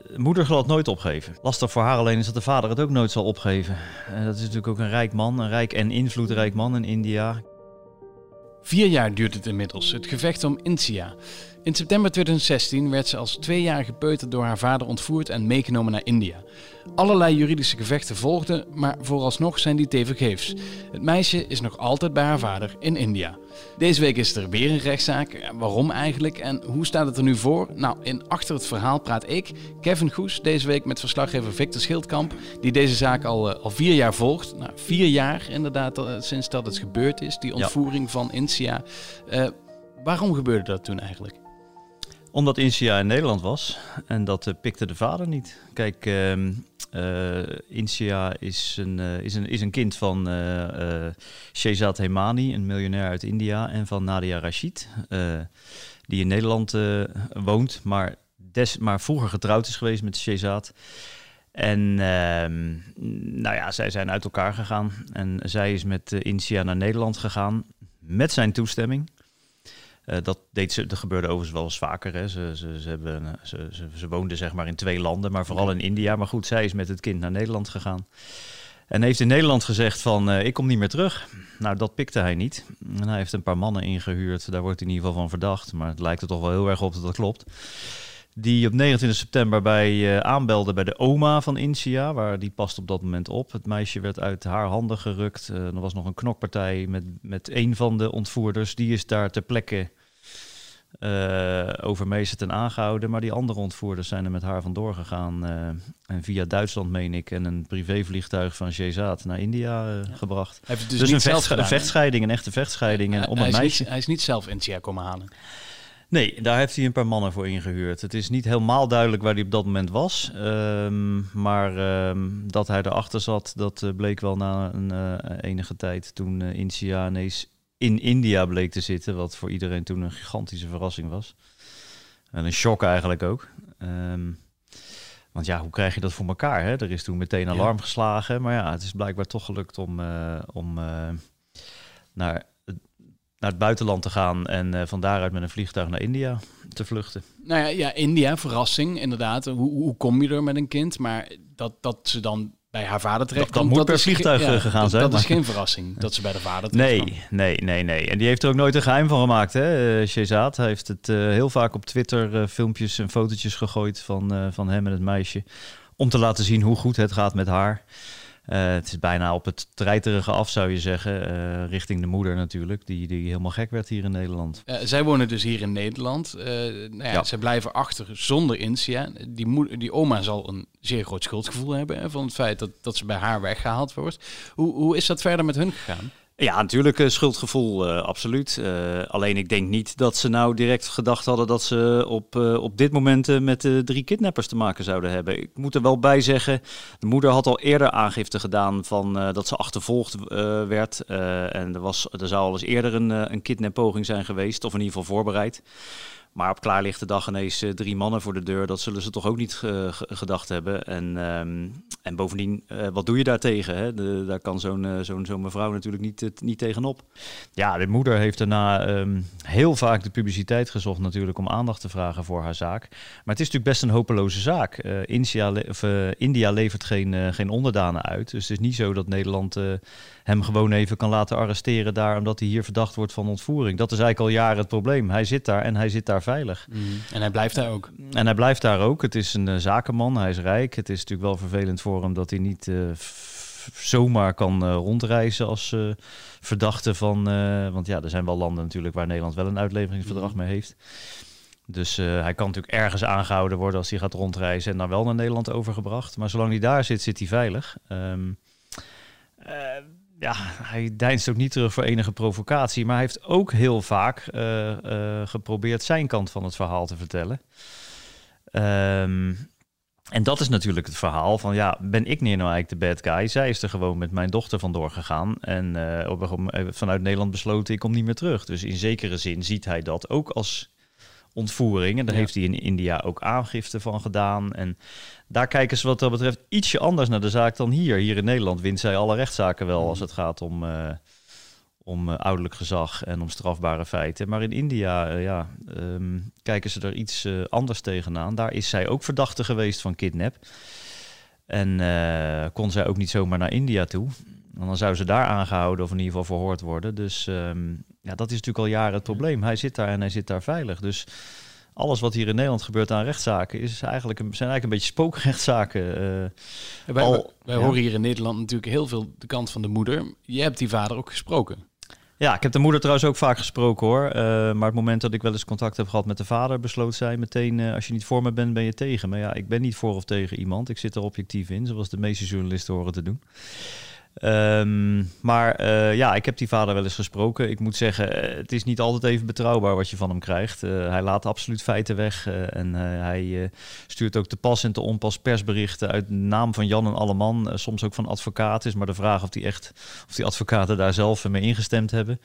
moeder zal het nooit opgeven. Lastig voor haar alleen is dat de vader het ook nooit zal opgeven. Dat is natuurlijk ook een rijk man, een rijk en invloedrijk man in India. 4 jaar duurt het inmiddels, het gevecht om Insia. In september 2016 werd ze als 2-jarige peuter door haar vader ontvoerd en meegenomen naar India. Allerlei juridische gevechten volgden, maar vooralsnog zijn die tevergeefs. Het meisje is nog altijd bij haar vader in India. Deze week is er weer een rechtszaak. Waarom eigenlijk en hoe staat het er nu voor? Nou, in Achter het Verhaal praat ik, Kevin Goes, deze week met verslaggever Victor Schildkamp, die deze zaak al 4 jaar volgt. Nou, 4 jaar inderdaad sinds dat het gebeurd is, die ontvoering van Insia. Waarom gebeurde dat toen eigenlijk? Omdat Insia in Nederland was en dat pikte de vader niet. Kijk, Insia is een kind van Shehzad Hemani, een miljonair uit India, en van Nadia Rashid, die in Nederland woont, maar vroeger getrouwd is geweest met Shehzad. En zij zijn uit elkaar gegaan en zij is met Insia naar Nederland gegaan met zijn toestemming. Dat gebeurde overigens wel eens vaker. Hè. Ze woonden zeg maar in 2 landen, maar vooral in India. Maar goed, zij is met het kind naar Nederland gegaan. En heeft in Nederland gezegd van, ik kom niet meer terug. Nou, dat pikte hij niet. En hij heeft een paar mannen ingehuurd. Daar wordt hij in ieder geval van verdacht. Maar het lijkt er toch wel heel erg op dat dat klopt. Die op 29 september aanbelde bij de oma van Insia, waar die past op dat moment op. Het meisje werd uit haar handen gerukt. Er was nog een knokpartij met een van de ontvoerders. Die is daar ter plekke overmeesterd en aangehouden. Maar die andere ontvoerders zijn er met haar vandoor gegaan. En via Duitsland, meen ik, en een privévliegtuig van Shehzad naar India gebracht. Hij heeft dus een vechtscheiding, een echte vechtscheiding. Hij is niet zelf Insia komen halen. Nee, daar heeft hij een paar mannen voor ingehuurd. Het is niet helemaal duidelijk waar hij op dat moment was. Maar dat hij erachter zat, dat bleek wel na een enige tijd toen Insia ineens in India bleek te zitten. Wat voor iedereen toen een gigantische verrassing was. En een shock eigenlijk ook. Want ja, hoe krijg je dat voor elkaar? Hè? Er is toen meteen alarm geslagen. Maar ja, het is blijkbaar toch gelukt om naar het buitenland te gaan en van daaruit met een vliegtuig naar India te vluchten. Nou ja, India, verrassing inderdaad. Hoe kom je er met een kind? Maar dat ze dan bij haar vader terecht dat moet per vliegtuig gegaan zijn. Dat is geen verrassing, dat ze bij de vader terecht kwam. Nee. En die heeft er ook nooit een geheim van gemaakt, hè, Shehzad. Hij heeft het heel vaak op Twitter filmpjes en fotootjes gegooid van hem en het meisje, om te laten zien hoe goed het gaat met haar. Het is bijna op het treiterige af, zou je zeggen, richting de moeder natuurlijk, die helemaal gek werd hier in Nederland. Zij wonen dus hier in Nederland. Zij blijven achter zonder Insia. Die oma zal een zeer groot schuldgevoel hebben van het feit dat ze bij haar weggehaald wordt. Hoe is dat verder met hun gegaan? Ja, natuurlijk schuldgevoel, absoluut. Alleen ik denk niet dat ze nou direct gedacht hadden dat ze op dit moment met 3 kidnappers te maken zouden hebben. Ik moet er wel bij zeggen, de moeder had al eerder aangifte gedaan van dat ze achtervolgd werd. En er zou al eens eerder een kidnappoging zijn geweest, of in ieder geval voorbereid. Maar op klaarlichte dag ineens 3 mannen voor de deur, dat zullen ze toch ook niet gedacht hebben. En bovendien, wat doe je daartegen? Hè? Daar kan zo'n mevrouw natuurlijk niet tegenop. Ja, de moeder heeft daarna heel vaak de publiciteit gezocht natuurlijk om aandacht te vragen voor haar zaak. Maar het is natuurlijk best een hopeloze zaak. India levert geen onderdanen uit. Dus het is niet zo dat Nederland hem gewoon even kan laten arresteren daar, omdat hij hier verdacht wordt van ontvoering. Dat is eigenlijk al jaren het probleem. Hij zit daar en hij zit daar veilig. En hij blijft daar ook. En hij blijft daar ook. Het is een zakenman, hij is rijk. Het is natuurlijk wel vervelend voor hem dat hij niet zomaar kan rondreizen als verdachte van... want ja, er zijn wel landen natuurlijk waar Nederland wel een uitleveringsverdrag mee heeft. Dus hij kan natuurlijk ergens aangehouden worden als hij gaat rondreizen en dan wel naar Nederland overgebracht. Maar zolang hij daar zit, zit hij veilig. Hij deinst ook niet terug voor enige provocatie, maar hij heeft ook heel vaak geprobeerd zijn kant van het verhaal te vertellen. En dat is natuurlijk het verhaal van, ja, ben ik nou eigenlijk de bad guy? Zij is er gewoon met mijn dochter vandoor gegaan en vanuit Nederland besloten, ik kom niet meer terug. Dus in zekere zin ziet hij dat ook als ontvoering. En daar heeft hij in India ook aangifte van gedaan. En daar kijken ze wat dat betreft ietsje anders naar de zaak dan hier. Hier in Nederland wint zij alle rechtszaken wel als het gaat om ouderlijk gezag en om strafbare feiten. Maar in India kijken ze er iets anders tegenaan. Daar is zij ook verdachte geweest van kidnap. En kon zij ook niet zomaar naar India toe. En dan zou ze daar aangehouden of in ieder geval verhoord worden. Dus dat is natuurlijk al jaren het probleem. Hij zit daar en hij zit daar veilig. Dus alles wat hier in Nederland gebeurt aan rechtszaken zijn eigenlijk een beetje spookrechtszaken. Wij horen hier in Nederland natuurlijk heel veel de kant van de moeder. Je hebt die vader ook gesproken. Ja, ik heb de moeder trouwens ook vaak gesproken hoor. Maar het moment dat ik wel eens contact heb gehad met de vader, besloot zij meteen, als je niet voor me bent, ben je tegen. Maar ja, ik ben niet voor of tegen iemand. Ik zit er objectief in, zoals de meeste journalisten horen te doen. Ik heb die vader wel eens gesproken. Ik moet zeggen, het is niet altijd even betrouwbaar wat je van hem krijgt. Hij laat absoluut feiten weg. Hij stuurt ook te pas en te onpas persberichten uit de naam van Jan en Alleman. Soms ook van advocaten. Is maar de vraag of die advocaten daar zelf mee ingestemd hebben.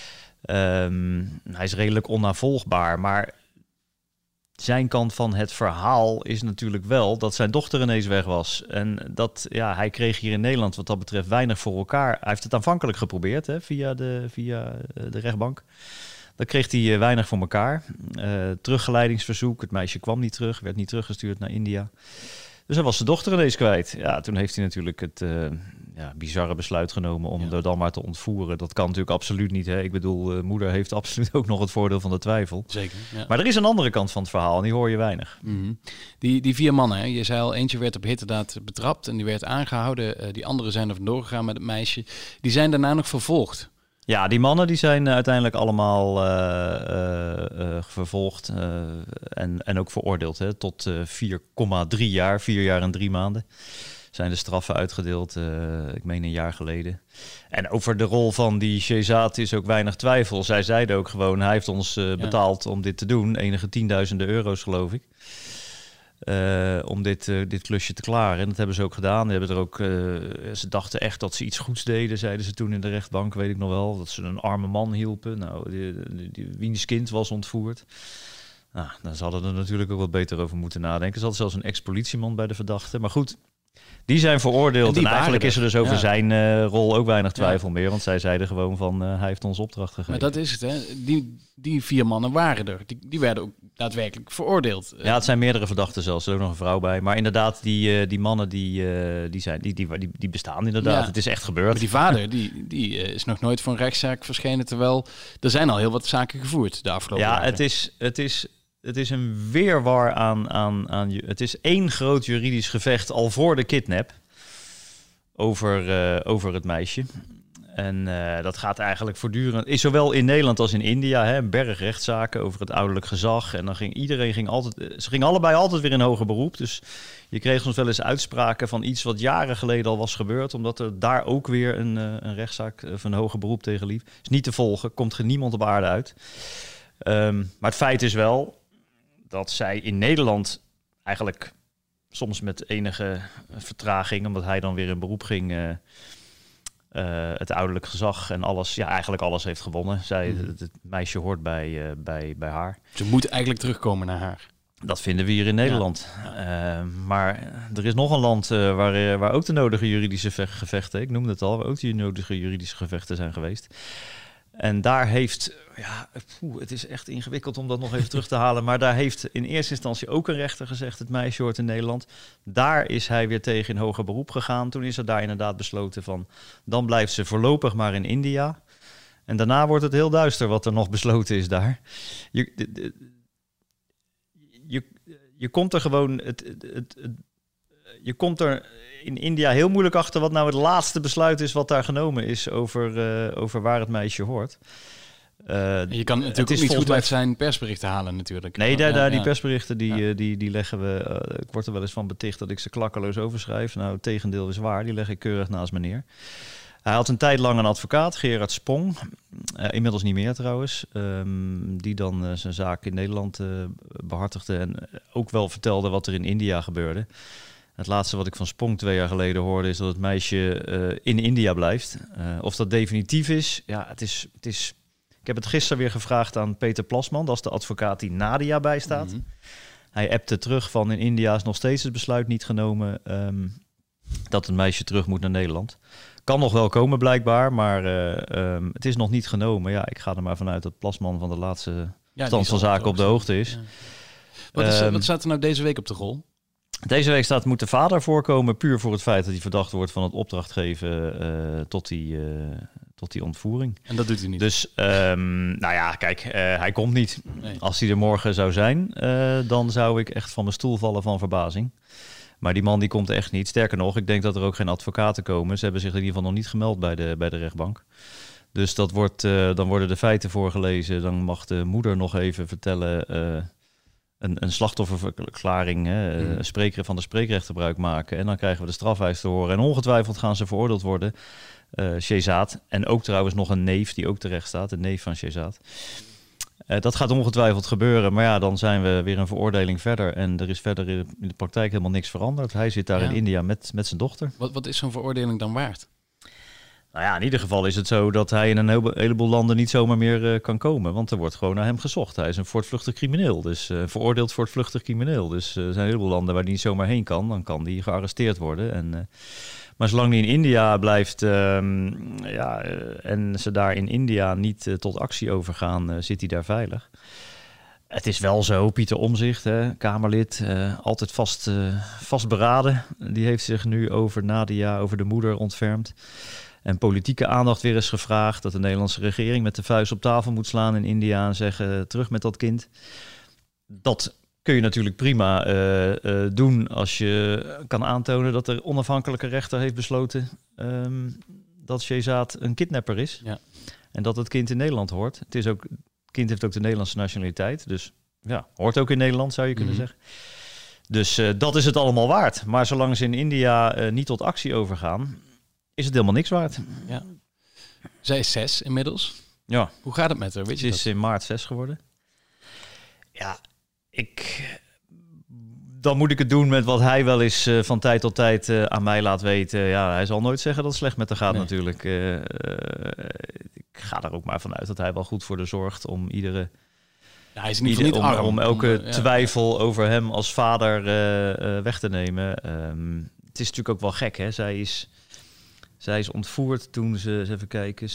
Hij is redelijk onnavolgbaar, maar zijn kant van het verhaal is natuurlijk wel dat zijn dochter ineens weg was. En dat, hij kreeg hier in Nederland wat dat betreft weinig voor elkaar. Hij heeft het aanvankelijk geprobeerd via de rechtbank. Dan kreeg hij weinig voor elkaar. Teruggeleidingsverzoek, het meisje kwam niet terug, werd niet teruggestuurd naar India. Dus hij was zijn dochter ineens kwijt. Ja, toen heeft hij natuurlijk het bizarre besluit genomen om er dan maar te ontvoeren. Dat kan natuurlijk absoluut niet. Hè? Ik bedoel, moeder heeft absoluut ook nog het voordeel van de twijfel. Zeker. Ja. Maar er is een andere kant van het verhaal en die hoor je weinig. Mm-hmm. Die 4 mannen, hè? Je zei al, eentje werd op heterdaad betrapt en die werd aangehouden. Die anderen zijn er vandoor gegaan met het meisje. Die zijn daarna nog vervolgd. Ja, die mannen die zijn uiteindelijk allemaal vervolgd en ook veroordeeld tot 4,3 jaar, 4 jaar en 3 maanden. Zijn de straffen uitgedeeld, ik meen een jaar geleden. En over de rol van die Shehzad is ook weinig twijfel. Zij zeiden ook gewoon, hij heeft ons betaald om dit te doen. Enige tienduizenden euro's geloof ik. Om dit klusje te klaren. En dat hebben ze ook gedaan. Ze dachten echt dat ze iets goeds deden, zeiden ze toen in de rechtbank, weet ik nog wel. Dat ze een arme man hielpen. Nou, wiens kind was ontvoerd. Nou, dan hadden er natuurlijk ook wat beter over moeten nadenken. Ze hadden zelfs een ex-politieman bij de verdachte. Maar goed, die zijn veroordeeld. En eigenlijk is er dus over zijn rol ook weinig twijfel meer. Want zij zeiden gewoon van, hij heeft ons opdracht gegeven. Maar dat is het, hè. Die 4 mannen waren er. Die werden ook daadwerkelijk veroordeeld. Ja, het zijn meerdere verdachten zelfs. Er is ook nog een vrouw bij. Maar inderdaad, die mannen die bestaan inderdaad. Ja. Het is echt gebeurd. Maar die vader, die is nog nooit voor een rechtszaak verschenen. Terwijl er zijn al heel wat zaken gevoerd de afgelopen jaren. Het is een weerwar aan. Het is één groot juridisch gevecht al voor de kidnap over het meisje. En dat gaat eigenlijk voortdurend. Is zowel in Nederland als in India een berg rechtszaken over het ouderlijk gezag. En dan ze gingen allebei altijd weer in hoger beroep. Dus je kreeg soms wel eens uitspraken van iets wat jaren geleden al was gebeurd, omdat er daar ook weer een rechtszaak of een hoger beroep tegen liep. Is niet te volgen, komt er niemand op aarde uit. Maar het feit is wel dat zij in Nederland eigenlijk soms met enige vertraging, omdat hij dan weer in beroep ging, het ouderlijk gezag en alles, eigenlijk alles heeft gewonnen. Het meisje hoort bij haar. Ze moet eigenlijk terugkomen naar haar. Dat vinden we hier in Nederland. Ja. Maar er is nog een land waar ook de nodige juridische gevechten, ik noemde het al, waar ook de nodige juridische gevechten zijn geweest. En daar heeft, het is echt ingewikkeld om dat nog even terug te halen, maar daar heeft in eerste instantie ook een rechter gezegd, het meisje hoort in Nederland. Daar is hij weer tegen in hoger beroep gegaan. Toen is er daar inderdaad besloten van, dan blijft ze voorlopig maar in India. En daarna wordt het heel duister wat er nog besloten is daar. Je komt er gewoon, je komt er in India heel moeilijk achter wat nou het laatste besluit is wat daar genomen is over waar het meisje hoort. Je kan natuurlijk ook niet goed uit zijn persberichten halen natuurlijk. Nee, die persberichten die leggen we. Ik word er wel eens van beticht dat ik ze klakkeloos overschrijf. Nou, het tegendeel is waar. Die leg ik keurig naast me neer. Hij had een tijd lang een advocaat, Gerard Spong. Inmiddels niet meer trouwens. Die dan zijn zaak in Nederland behartigde en ook wel vertelde wat er in India gebeurde. Het laatste wat ik van Spong 2 jaar geleden hoorde is dat het meisje in India blijft. Of dat definitief is, het is. Ik heb het gisteren weer gevraagd aan Peter Plasman. Dat is de advocaat die Nadia bijstaat. Mm-hmm. Hij appte terug van in India is nog steeds het besluit niet genomen dat het meisje terug moet naar Nederland. Kan nog wel komen blijkbaar, maar het is nog niet genomen. Ja, ik ga er maar vanuit dat Plasman van de laatste stand van zaken op de hoogte is. Ja. Wat staat er nou deze week op de rol? Deze week moet de vader voorkomen, puur voor het feit dat hij verdacht wordt van het opdracht geven tot die ontvoering. En dat doet hij niet? Dus, kijk, hij komt niet. Nee. Als hij er morgen zou zijn, dan zou ik echt van mijn stoel vallen van verbazing. Maar die man die komt echt niet. Sterker nog, ik denk dat er ook geen advocaten komen. Ze hebben zich in ieder geval nog niet gemeld bij de rechtbank. Dus dan worden de feiten voorgelezen. Dan mag de moeder nog even vertellen, een slachtofferverklaring, van de spreekrecht gebruik maken. En dan krijgen we de strafeis te horen. En ongetwijfeld gaan ze veroordeeld worden. Shehzad. En ook trouwens nog een neef die ook terecht staat. De neef van Shehzad. Dat gaat ongetwijfeld gebeuren. Maar ja, dan zijn we weer een veroordeling verder. En er is verder in de praktijk helemaal niks veranderd. Hij zit daar in India met zijn dochter. Wat is zo'n veroordeling dan waard? Nou ja, in ieder geval is het zo dat hij in een heleboel landen niet zomaar meer kan komen. Want er wordt gewoon naar hem gezocht. Hij is een voortvluchtig crimineel. Dus veroordeeld voortvluchtig crimineel. Dus er zijn een heleboel landen waar hij niet zomaar heen kan. Dan kan hij gearresteerd worden. Maar zolang hij in India blijft en ze daar in India niet tot actie overgaan, zit hij daar veilig. Het is wel zo, Pieter Omtzigt, Kamerlid, altijd vastberaden. Die heeft zich nu over Nadia, over de moeder ontfermd. En politieke aandacht weer eens gevraagd. Dat de Nederlandse regering met de vuist op tafel moet slaan in India en zeggen terug met dat kind. Dat kun je natuurlijk prima doen als je kan aantonen dat de onafhankelijke rechter heeft besloten dat Shehzad een kidnapper is. Ja. En dat het kind in Nederland hoort. Het kind heeft ook de Nederlandse nationaliteit. Dus ja, hoort ook in Nederland, zou je kunnen zeggen. Dus dat is het allemaal waard. Maar zolang ze in India niet tot actie overgaan, is het helemaal niks waard. Ja. Zij is 6 inmiddels. Ja. Hoe gaat het met haar? Weet je Ze is in maart 6 geworden. Ja, dan moet ik het doen met wat hij wel eens van tijd tot tijd aan mij laat weten. Ja, hij zal nooit zeggen dat het slecht met haar gaat natuurlijk. Ik ga er ook maar vanuit dat hij wel goed voor de zorgt om iedere... Ja, hij is in ieder geval niet arm. Om elke twijfel over hem als vader weg te nemen. Het is natuurlijk ook wel gek, hè. Zij is ontvoerd toen ze, eens even kijken,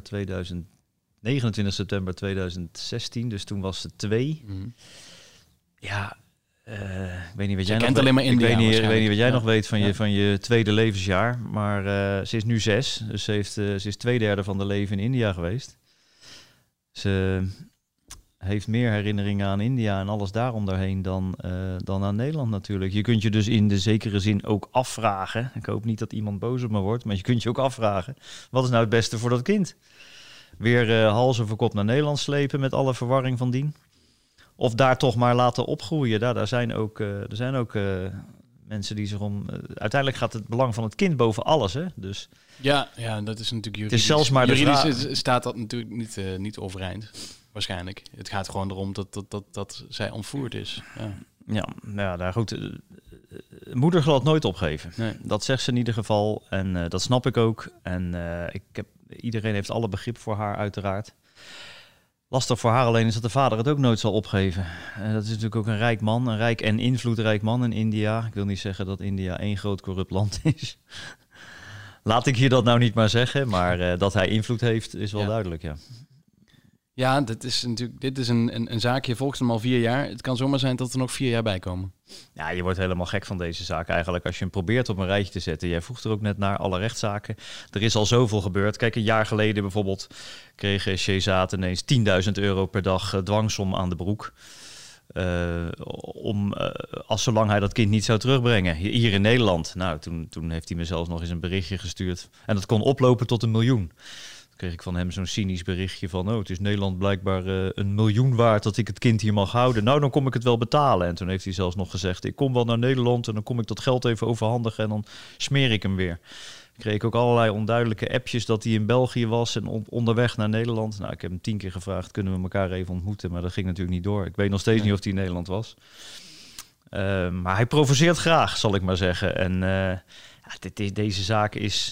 29 september 2016. Dus toen was ze 2. Ja, ik weet niet wat jij nog weet. Alleen maar India, ik weet niet wat jij nog weet van je tweede levensjaar. Maar ze is nu 6. Dus ze is 2/3 van de leven in India geweest. Ze heeft meer herinneringen aan India en alles daaromheen dan aan Nederland natuurlijk. Je kunt je dus in de zekere zin ook afvragen. Ik hoop niet dat iemand boos op me wordt, maar je kunt je ook afvragen. Wat is nou het beste voor dat kind? Weer hals over kop naar Nederland slepen met alle verwarring van dien? Of daar toch maar laten opgroeien? Er zijn ook mensen die zich om... uiteindelijk gaat het belang van het kind boven alles, hè? Dus ja, dat is natuurlijk juridisch. Het is zelfs maar juridisch staat dat natuurlijk niet overeind. Waarschijnlijk. Het gaat gewoon erom dat zij ontvoerd is. Ja, goed. Moeder zal het nooit opgeven. Nee. Dat zegt ze in ieder geval. En dat snap ik ook. En iedereen heeft alle begrip voor haar, uiteraard. Lastig voor haar alleen is dat de vader het ook nooit zal opgeven. Dat is natuurlijk ook een rijk man. Een rijk en invloedrijk man in India. Ik wil niet zeggen dat India één groot corrupt land is. Laat ik hier dat nou niet maar zeggen. Maar dat hij invloed heeft is wel duidelijk, ja. Ja, dit is een zaakje, volgt hem al 4 jaar. Het kan zomaar zijn dat er nog 4 jaar bij komen. Ja, je wordt helemaal gek van deze zaak eigenlijk als je hem probeert op een rijtje te zetten. Jij vroeg er ook net naar, alle rechtszaken. Er is al zoveel gebeurd. Kijk, een jaar geleden bijvoorbeeld kreeg Shehzad ineens €10.000 per dag dwangsom aan de broek. Zolang hij dat kind niet zou terugbrengen. Hier in Nederland. Nou, toen heeft hij me zelfs nog eens een berichtje gestuurd. En dat kon oplopen tot $1 miljoen. Kreeg ik van hem zo'n cynisch berichtje van... het is Nederland blijkbaar $1 miljoen waard dat ik het kind hier mag houden. Nou, dan kom ik het wel betalen. En toen heeft hij zelfs nog gezegd... ik kom wel naar Nederland en dan kom ik dat geld even overhandigen... en dan smeer ik hem weer. Kreeg ik ook allerlei onduidelijke appjes dat hij in België was... en onderweg naar Nederland. Nou, ik heb hem 10 keer gevraagd, kunnen we elkaar even ontmoeten? Maar dat ging natuurlijk niet door. Ik weet nog steeds niet of hij in Nederland was. Maar hij provoceert graag, zal ik maar zeggen. En deze zaak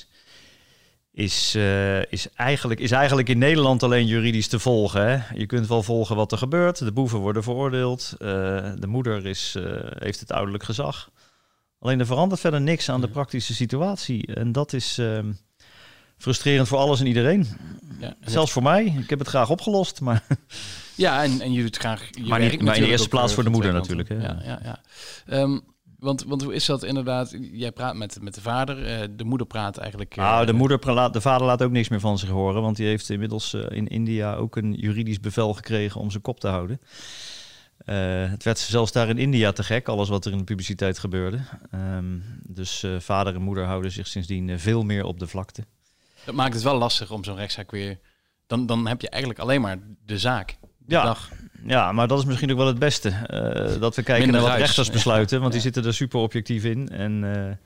is eigenlijk in Nederland alleen juridisch te volgen. Hè? Je kunt wel volgen wat er gebeurt. De boeven worden veroordeeld. De moeder heeft het ouderlijk gezag. Alleen er verandert verder niks aan de praktische situatie. En dat is frustrerend voor alles en iedereen. Ja, Zelfs voor mij. Ik heb het graag opgelost, maar... Ja, en je doet graag je maar werk in de eerste ook, plaats voor de van moeder twee kanten. natuurlijk. Hè? Ja. Want hoe is dat inderdaad? Jij praat met de vader, de moeder praat eigenlijk... de vader laat ook niks meer van zich horen, want die heeft inmiddels in India ook een juridisch bevel gekregen om zijn kop te houden. Het werd zelfs daar in India te gek, alles wat er in de publiciteit gebeurde. Dus vader en moeder houden zich sindsdien veel meer op de vlakte. Dat maakt het wel lastig om zo'n rechtszaak weer... Dan heb je eigenlijk alleen maar de zaak. Dag. Ja, maar dat is misschien ook wel het beste. Dat we kijken naar wat rechters besluiten, want die zitten er super objectief in. En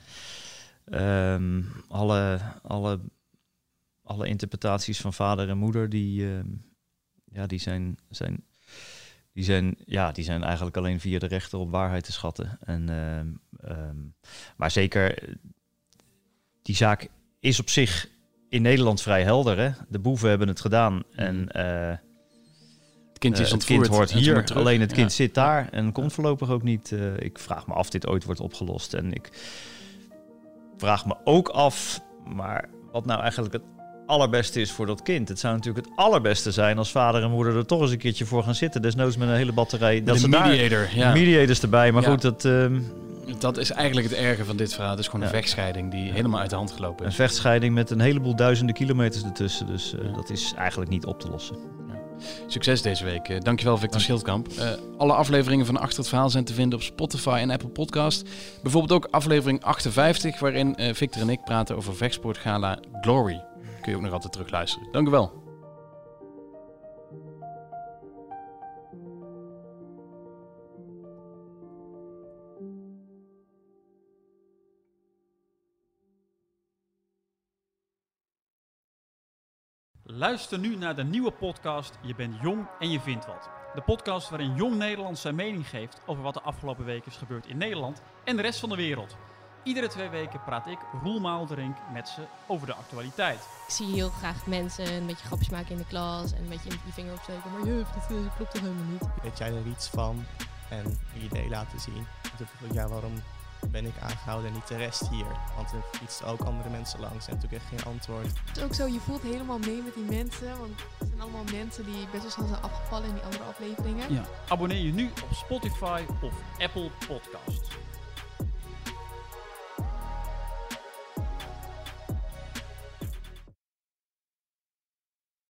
alle interpretaties van vader en moeder, die zijn eigenlijk alleen via de rechter op waarheid te schatten. Maar zeker, die zaak is op zich in Nederland vrij helder. Hè? De boeven hebben het gedaan en... het kind hoort hier, alleen het kind zit daar en komt voorlopig ook niet. Ik vraag me af of dit ooit wordt opgelost. En ik vraag me ook af, maar wat nou eigenlijk het allerbeste is voor dat kind. Het zou natuurlijk het allerbeste zijn als vader en moeder er toch eens een keertje voor gaan zitten. Desnoods met een hele batterij. Dat de mediator, mediators erbij, maar goed, dat is eigenlijk het erge van dit verhaal. Het is gewoon een vechtscheiding die helemaal uit de hand gelopen is. Een vechtscheiding met een heleboel duizenden kilometers ertussen. Dus dat is eigenlijk niet op te lossen. Succes deze week. Dankjewel Victor Schildkamp. Alle afleveringen van Achter het Verhaal zijn te vinden op Spotify en Apple Podcast. Bijvoorbeeld ook aflevering 58, waarin Victor en ik praten over vechtsportgala Glory. Kun je ook nog altijd terugluisteren. Dank u wel. Luister nu naar de nieuwe podcast Je bent jong en je vindt wat. De podcast waarin Jong Nederland zijn mening geeft over wat de afgelopen weken is gebeurd in Nederland en de rest van de wereld. Iedere 2 weken praat ik, Roel Maalderink, met ze over de actualiteit. Ik zie heel graag mensen een beetje grapjes maken in de klas en een beetje je vinger opsteken. Maar juf, dat klopt toch helemaal niet. Weet jij er iets van en je idee laten zien. Ja, waarom ben ik aangehouden en niet de rest hier? Want er fietsen ook andere mensen langs en natuurlijk echt geen antwoord. Het is ook zo, je voelt helemaal mee met die mensen. Want het zijn allemaal mensen die best wel snel zijn afgevallen in die andere afleveringen. Ja. Abonneer je nu op Spotify of Apple Podcasts.